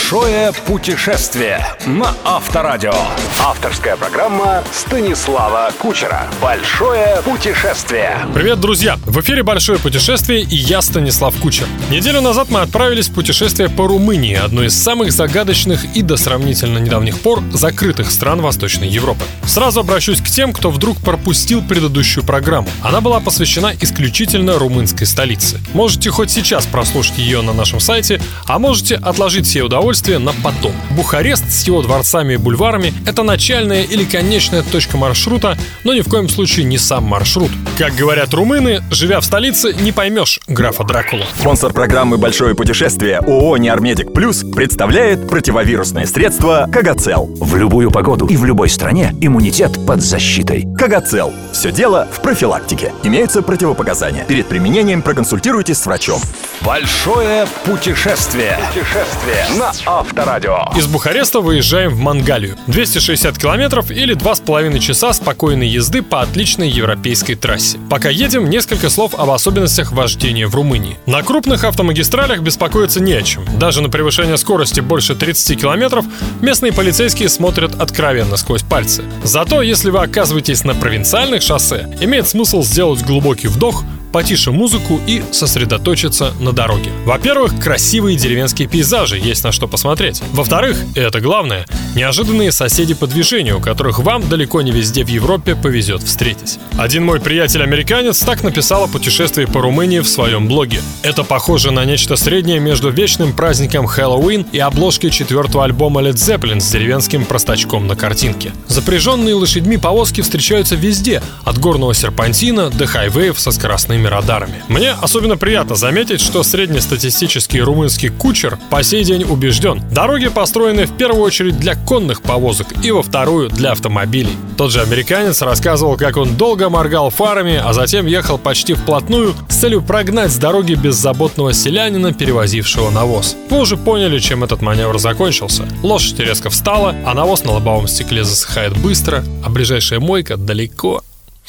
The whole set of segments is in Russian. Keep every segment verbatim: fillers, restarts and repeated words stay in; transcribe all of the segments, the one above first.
Большое путешествие на Авторадио. Авторская программа Станислава Кучера. Большое путешествие. Привет, друзья! В эфире «Большое путешествие» и я, Станислав Кучер. Неделю назад мы отправились в путешествие по Румынии, одной из самых загадочных и до сравнительно недавних пор закрытых стран Восточной Европы. Сразу обращусь к тем, кто вдруг пропустил предыдущую программу. Она была посвящена исключительно румынской столице. Можете хоть сейчас прослушать ее на нашем сайте, а можете отложить все удовольствия на потом. Бухарест с его дворцами и бульварами — это начальная или конечная точка маршрута, но ни в коем случае не сам маршрут. Как говорят румыны, живя в столице, не поймешь графа Дракулу. Спонсор программы «Большое путешествие» ООО «Неармедик Плюс» представляет противовирусное средство Кагацел. В любую погоду и в любой стране иммунитет под защитой. Кагацел. Все дело в профилактике. Имеются противопоказания. Перед применением проконсультируйтесь с врачом. Большое путешествие. Путешествие на Авторадио. Из Бухареста выезжаем в Мангалию. двести шестьдесят километров или два с половиной часа спокойной езды по отличной европейской трассе. Пока едем, несколько слов об особенностях вождения в Румынии. На крупных автомагистралях беспокоиться не о чем. Даже на превышение скорости больше тридцати километров местные полицейские смотрят откровенно сквозь пальцы. Зато, если вы оказываетесь на провинциальных шоссе, имеет смысл сделать глубокий вдох, потише музыку и сосредоточиться на дороге. Во-первых, красивые деревенские пейзажи, есть на что посмотреть. Во-вторых, и это главное, неожиданные соседи по движению, которых вам далеко не везде в Европе повезет встретить. Один мой приятель-американец так написал о путешествии по Румынии в своем блоге. Это похоже на нечто среднее между вечным праздником Хэллоуин и обложкой четвертого альбома Led Zeppelin с деревенским простачком на картинке. Запряженные лошадьми повозки встречаются везде, от горного серпантина до хайвеев со скоростными радарами. Мне особенно приятно заметить, что среднестатистический румынский кучер по сей день убежден: дороги построены в первую очередь для конных повозок и во вторую для автомобилей. Тот же американец рассказывал, как он долго моргал фарами, а затем ехал почти вплотную с целью прогнать с дороги беззаботного селянина, перевозившего навоз. Вы уже поняли, чем этот маневр закончился. Лошадь резко встала, а навоз на лобовом стекле засыхает быстро, а ближайшая мойка далеко.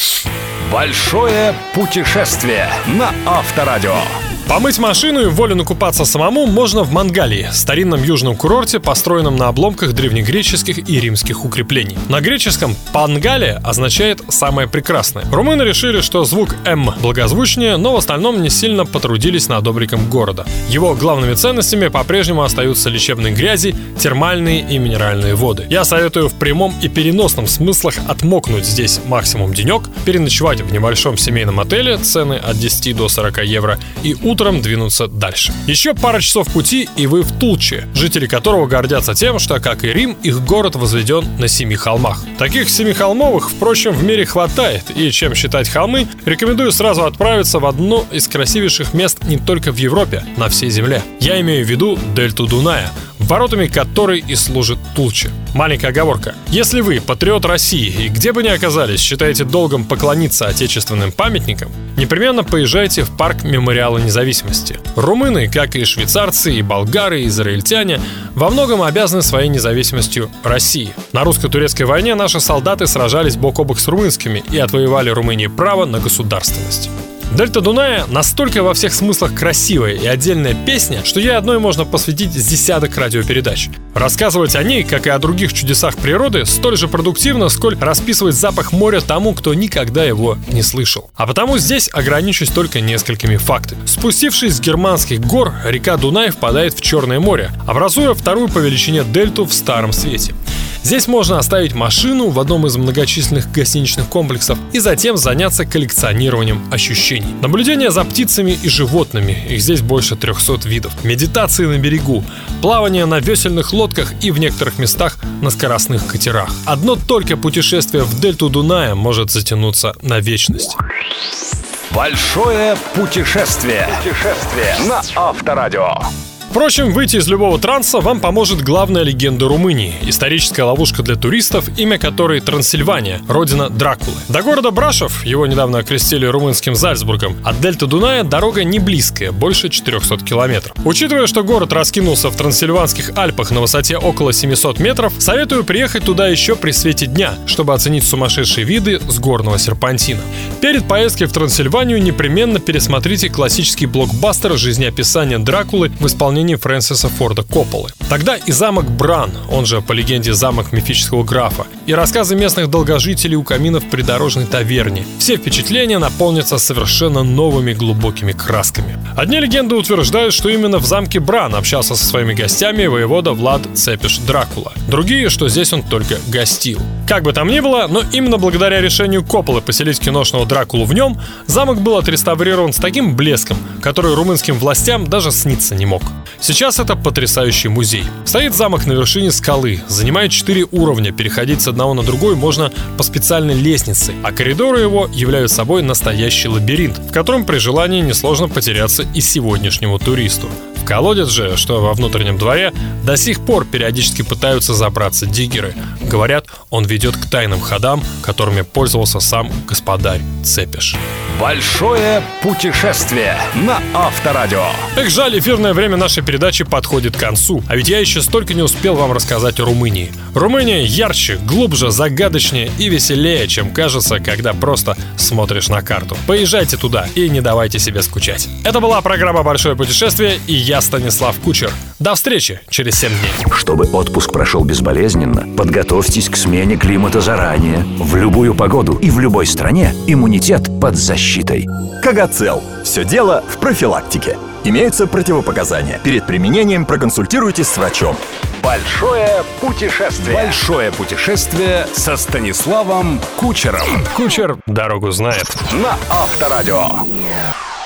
Большое путешествие на Авторадио. Помыть машину и в волю накупаться самому можно в Мангалии, старинном южном курорте, построенном на обломках древнегреческих и римских укреплений. На греческом «Пангалия» означает «самое прекрасное». Румыны решили, что звук «М» благозвучнее, но в остальном не сильно потрудились над обликом города. Его главными ценностями по-прежнему остаются лечебные грязи, термальные и минеральные воды. Я советую в прямом и переносном смыслах отмокнуть здесь максимум денек, переночевать в небольшом семейном отеле, цены от десяти до сорока евро, и утром Утром двинуться дальше. Еще пара часов пути, и вы в Тулче, жители которого гордятся тем, что, как и Рим, их город возведен на семи холмах. Таких семихолмовых, впрочем, в мире хватает, и чем считать холмы, рекомендую сразу отправиться в одно из красивейших мест не только в Европе, на всей земле. Я имею в виду дельту Дуная, воротами которой и служит Тулче. Маленькая оговорка. Если вы, патриот России, и где бы ни оказались, считаете долгом поклониться отечественным памятникам, непременно поезжайте в парк Мемориала Независимости. Румыны, как и швейцарцы, и болгары, и израильтяне, во многом обязаны своей независимостью России. На русско-турецкой войне наши солдаты сражались бок о бок с румынскими и отвоевали Румынии право на государственность. Дельта Дуная настолько во всех смыслах красивая и отдельная песня, что ей одной можно посвятить с десяток радиопередач. Рассказывать о ней, как и о других чудесах природы, столь же продуктивно, сколь расписывать запах моря тому, кто никогда его не слышал. А потому здесь ограничусь только несколькими фактами. Спустившись с германских гор, река Дунай впадает в Черное море, образуя вторую по величине дельту в Старом Свете. Здесь можно оставить машину в одном из многочисленных гостиничных комплексов и затем заняться коллекционированием ощущений. Наблюдение за птицами и животными, их здесь больше трехсот видов. Медитации на берегу, плавание на весельных лодках и в некоторых местах на скоростных катерах. Одно только путешествие в дельту Дуная может затянуться на вечность. Большое путешествие. Путешествие на Авторадио. Впрочем, выйти из любого транса вам поможет главная легенда Румынии – историческая ловушка для туристов, имя которой Трансильвания, родина Дракулы. До города Брашов, его недавно окрестили румынским Зальцбургом, от дельты Дуная дорога не близкая, больше четырехсот километров. Учитывая, что город раскинулся в Трансильванских Альпах на высоте около семисот метров, советую приехать туда еще при свете дня, чтобы оценить сумасшедшие виды с горного серпантина. Перед поездкой в Трансильванию непременно пересмотрите классический блокбастер жизнеописания Дракулы в исполнении рождении Фрэнсиса Форда Копполы. Тогда и замок Бран, он же по легенде замок мифического графа, и рассказы местных долгожителей у камина в придорожной таверне. Все впечатления наполнятся совершенно новыми глубокими красками. Одни легенды утверждают, что именно в замке Бран общался со своими гостями воевода Влад Цепиш Дракула. Другие, что здесь он только гостил. Как бы там ни было, но именно благодаря решению Копполы поселить киношного Дракулу в нем, замок был отреставрирован с таким блеском, который румынским властям даже сниться не мог. Сейчас это потрясающий музей. Стоит замок на вершине скалы, занимает четыре уровня, переходить с одного на другой можно по специальной лестнице, а коридоры его являют собой настоящий лабиринт, в котором при желании несложно потеряться и сегодняшнему туристу. В колодец же, что во внутреннем дворе, до сих пор периодически пытаются забраться диггеры. Говорят, он ведет к тайным ходам, которыми пользовался сам господарь Цепиш. Большое путешествие на Авторадио. Эх, жаль, эфирное время нашей передачи подходит к концу. А ведь я еще столько не успел вам рассказать о Румынии. Румыния ярче, глубже, загадочнее и веселее, чем кажется, когда просто смотришь на карту. Поезжайте туда и не давайте себе скучать. Это была программа «Большое путешествие», и я Станислав Кучер. До встречи через семь дней. Чтобы отпуск прошел безболезненно, подготовьтесь к смене климата заранее. В любую погоду и в любой стране иммунитет под защитой. Кагацел. Все дело в профилактике. Имеются противопоказания. Перед применением проконсультируйтесь с врачом. Большое путешествие. Большое путешествие со Станиславом Кучером. Кучер дорогу знает. На Авторадио.